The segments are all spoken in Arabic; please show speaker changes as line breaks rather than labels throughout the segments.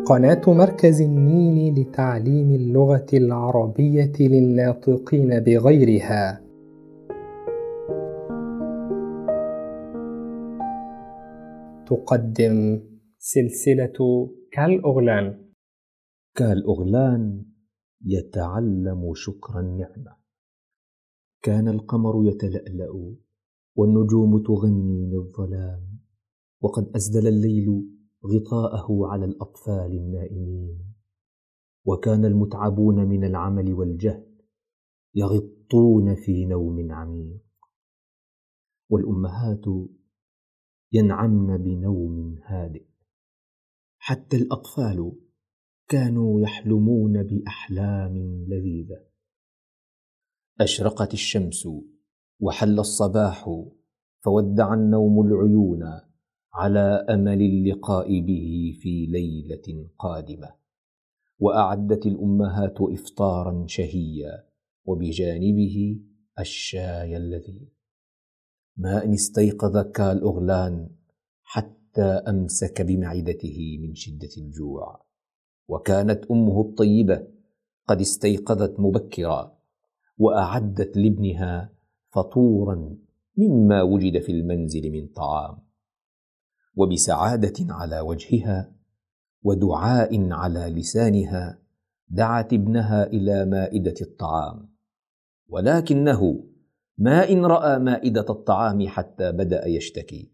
قناة مركز النيل لتعليم اللغة العربية للناطقين بغيرها تقدم سلسلة كالأغلان.
كالأغلان يتعلم شكر النعمة. كان القمر يتلألأ والنجوم تغني للظلام، وقد أسدل الليل غطاءه على الأطفال النائمين، وكان المتعبون من العمل والجهد يغطون في نوم عميق، والأمهات ينعمن بنوم هادئ. حتى الأطفال كانوا يحلمون بأحلام لذيذة. أشرقت الشمس وحل الصباح، فودع النوم العيون على أمل اللقاء به في ليلة قادمة. وأعدت الأمهات إفطارا شهيا، وبجانبه الشاي اللذيذ. ما إن استيقظ كالأغلان حتى أمسك بمعدته من شدة الجوع، وكانت أمه الطيبة قد استيقظت مبكرا وأعدت لابنها فطورا مما وجد في المنزل من طعام. وبسعادة على وجهها ودعاء على لسانها دعت ابنها إلى مائدة الطعام، ولكنه ما إن رأى مائدة الطعام حتى بدأ يشتكي: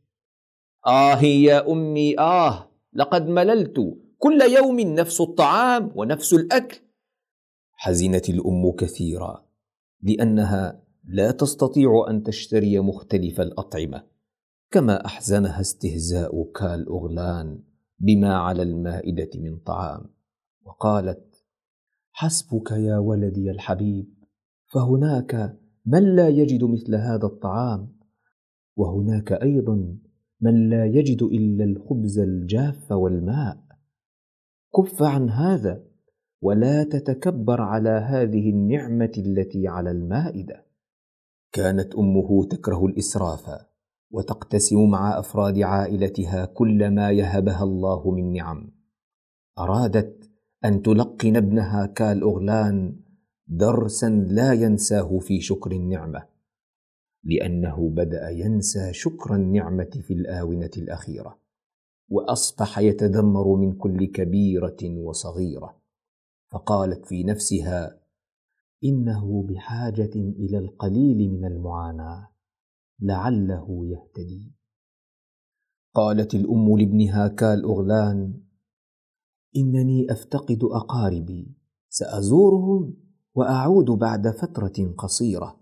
يا أمي، لقد مللت، كل يوم نفس الطعام ونفس الأكل. حزنت الأم كثيرا، لأنها لا تستطيع أن تشتري مختلف الأطعمة، كما أحزنها استهزاء كالأغلان بما على المائدة من طعام. وقالت: حسبك يا ولدي الحبيب، فهناك من لا يجد مثل هذا الطعام، وهناك أيضا من لا يجد إلا الخبز الجاف والماء. كف عن هذا ولا تتكبر على هذه النعمة التي على المائدة. كانت أمه تكره الإسراف، وتقتسم مع أفراد عائلتها كل ما يهبها الله من نعم. أرادت أن تلقن ابنها كالأغلان درسا لا ينساه في شكر النعمة، لأنه بدأ ينسى شكر النعمة في الآونة الأخيرة، وأصبح يتذمر من كل كبيرة وصغيرة. فقالت في نفسها: إنه بحاجة إلى القليل من المعاناة، لعله يهتدي. قالت الأم لابنها كالأغلان: إنني أفتقد أقاربي، سأزورهم وأعود بعد فترة قصيرة.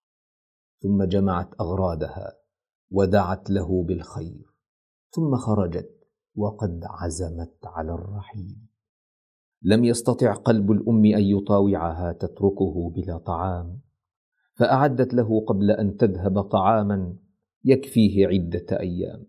ثم جمعت أغراضها ودعت له بالخير، ثم خرجت وقد عزمت على الرحيل. لم يستطع قلب الأم أن يطاوعها تتركه بلا طعام، فأعدت له قبل أن تذهب طعاما يكفيه عدة أيام.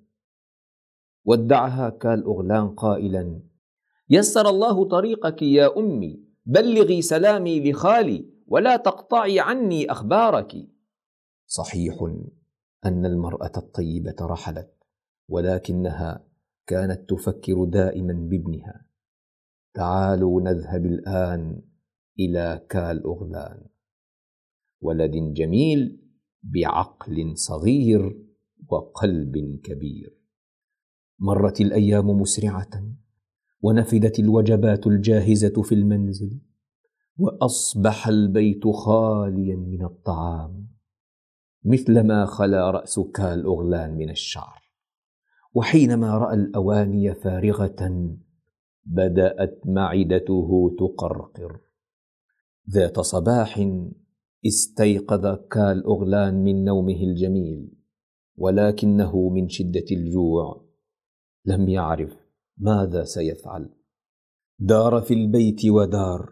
ودعها كالأغلان قائلا: يسر الله طريقك يا أمي، بلغي سلامي لخالي ولا تقطعي عني أخبارك. صحيح أن المرأة الطيبة رحلت، ولكنها كانت تفكر دائما بابنها. تعالوا نذهب الآن إلى كالأغلان، ولد جميل بعقل صغير وقلب كبير. مرت الأيام مسرعة، ونفدت الوجبات الجاهزة في المنزل، وأصبح البيت خاليا من الطعام، مثلما خلا رأس كالأغلان من الشعر. وحينما رأى الأواني فارغة بدأت معدته تقرقر. ذات صباح استيقظ كالأغلان من نومه الجميل، ولكنه من شدة الجوع لم يعرف ماذا سيفعل. دار في البيت ودار،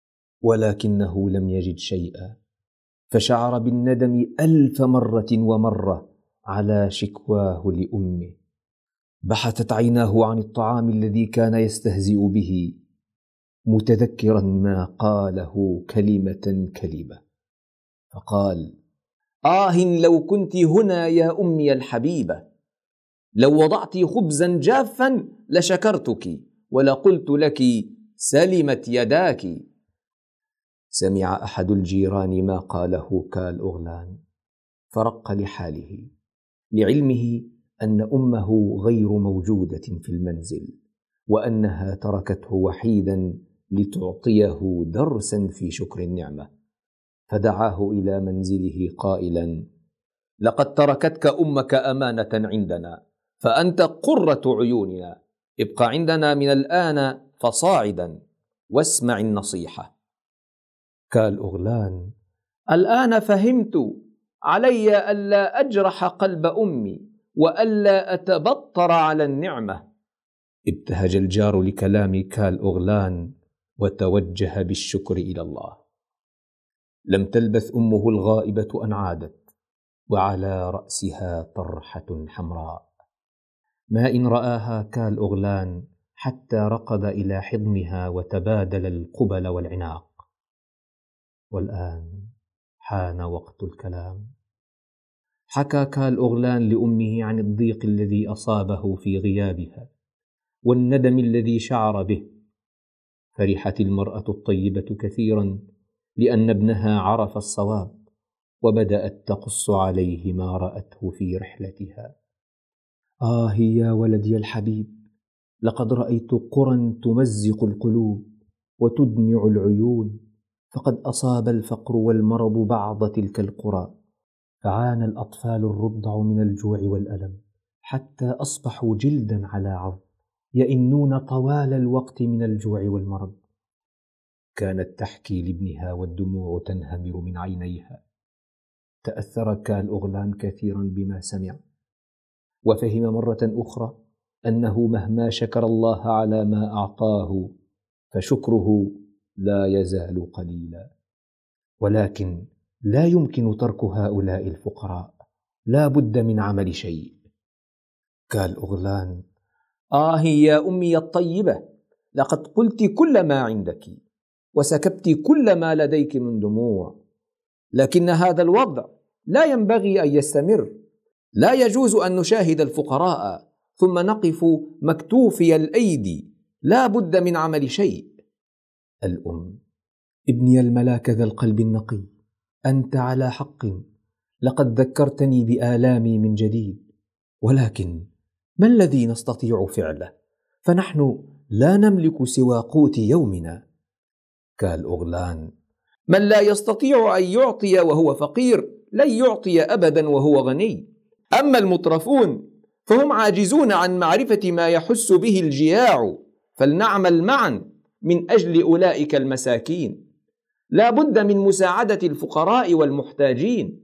ولكنه لم يجد شيئا، فشعر بالندم 1000 مرة ومرة على شكواه لأمه. بحثت عيناه عن الطعام الذي كان يستهزئ به، متذكرا ما قاله كلمة كلمة، فقال: لو كنت هنا يا أمي الحبيبة، لو وضعت خبزا جافا لشكرتك، ولقلت لك سلمت يداك. سمع أحد الجيران ما قاله كال أغلان فرق لحاله، لعلمه أن أمه غير موجودة في المنزل، وأنها تركته وحيدا لتعطيه درسا في شكر النعمة، فدعاه إلى منزله قائلا: لقد تركتك أمك أمانة عندنا، فأنت قرة عيوننا، ابق عندنا من الآن فصاعدا واسمع النصيحة. كال أغلان: الآن فهمت، علي ألا أجرح قلب أمي وألا أتبطر على النعمة. ابتهج الجار لكلام كال أغلان وتوجه بالشكر إلى الله. لم تلبث أمه الغائبة أن عادت، وعلى رأسها طرحة حمراء. ما إن رآها كال أغلان حتى رقد إلى حضنها وتبادل القبل والعناق. والآن حان وقت الكلام. حكى كال أغلان لأمه عن الضيق الذي أصابه في غيابها والندم الذي شعر به. فرحت المرأة الطيبة كثيرا لأن ابنها عرف الصواب، وبدأت تقص عليه ما رأته في رحلتها. يا ولدي الحبيب، لقد رأيت قرى تمزق القلوب وتدمع العيون، فقد أصاب الفقر والمرض بعض تلك القرى، فعانى الأطفال الرضع من الجوع والألم حتى أصبحوا جلدا على عظم، يئنون طوال الوقت من الجوع والمرض. كانت تحكي لابنها والدموع تنهمر من عينيها. تأثر كال أغلان كثيرا بما سمع، وفهم مرة أخرى أنه مهما شكر الله على ما أعطاه فشكره لا يزال قليلا. ولكن لا يمكن ترك هؤلاء الفقراء، لا بد من عمل شيء. كال أغلان: يا أمي الطيبة، لقد قلت كل ما عندك وسكبت كل ما لديك من دموع، لكن هذا الوضع لا ينبغي أن يستمر. لا يجوز أن نشاهد الفقراء ثم نقف مكتوفي الأيدي، لا بد من عمل شيء. الأم: ابني الملاك ذا القلب النقي، أنت على حق، لقد ذكرتني بآلامي من جديد، ولكن ما الذي نستطيع فعله؟ فنحن لا نملك سوى قوت يومنا. كال أغلان: من لا يستطيع أن يعطي وهو فقير لن يعطي أبدا وهو غني. أما المترفون فهم عاجزون عن معرفة ما يحس به الجياع، فلنعمل معا من أجل أولئك المساكين. لا بد من مساعدة الفقراء والمحتاجين.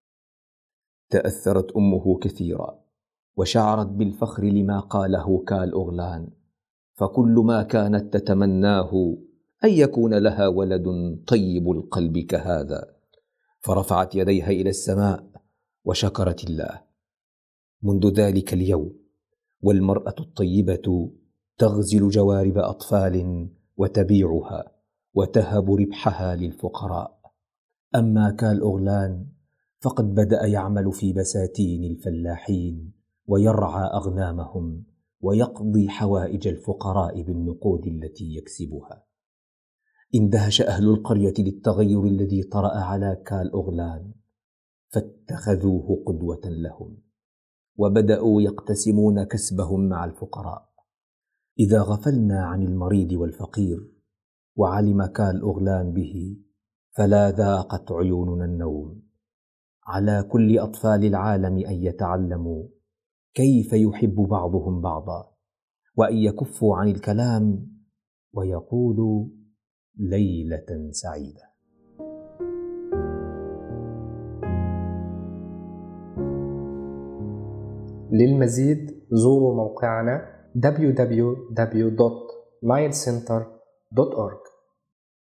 تأثرت أمه كثيرا، وشعرت بالفخر لما قاله كال أغلان، فكل ما كانت تتمناه أن يكون لها ولد طيب القلب كهذا. فرفعت يديها إلى السماء وشكرت الله. منذ ذلك اليوم والمرأة الطيبة تغزل جوارب أطفال وتبيعها وتهب ربحها للفقراء. أما كال أغلان فقد بدأ يعمل في بساتين الفلاحين ويرعى أغنامهم ويقضي حوائج الفقراء بالنقود التي يكسبها. اندهش أهل القرية للتغير الذي طرأ على كال أغلان، فاتخذوه قدوة لهم، وبدأوا يقتسمون كسبهم مع الفقراء. إذا غفلنا عن المريض والفقير وعلم كال أغلان به، فلا ذاقت عيوننا النوم. على كل أطفال العالم أن يتعلموا كيف يحب بعضهم بعضا، وأن يكفوا عن الكلام ويقولوا ليلة سعيدة.
للمزيد زوروا موقعنا www.nilecenter.org.